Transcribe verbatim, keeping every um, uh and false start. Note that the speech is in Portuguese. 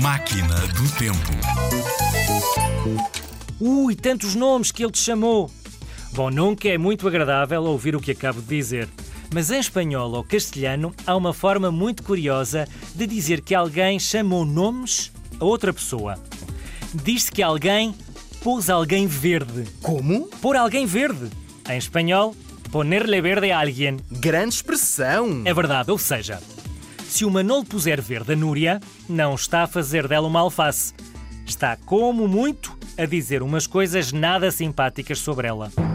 Máquina do Tempo. Ui, tantos nomes que ele te chamou! Bom, nunca é muito agradável ouvir o que acabo de dizer. Mas em espanhol ou castelhano há uma forma muito curiosa de dizer que alguém chamou nomes a outra pessoa. Diz-se que alguém pôs alguém verde. Como? Pôr alguém verde. Em espanhol, ponerle verde a alguien. Grande expressão! É verdade, ou seja, se o Manolo puser verde a Núria, não está a fazer dela uma alface. Está, como muito, a dizer umas coisas nada simpáticas sobre ela.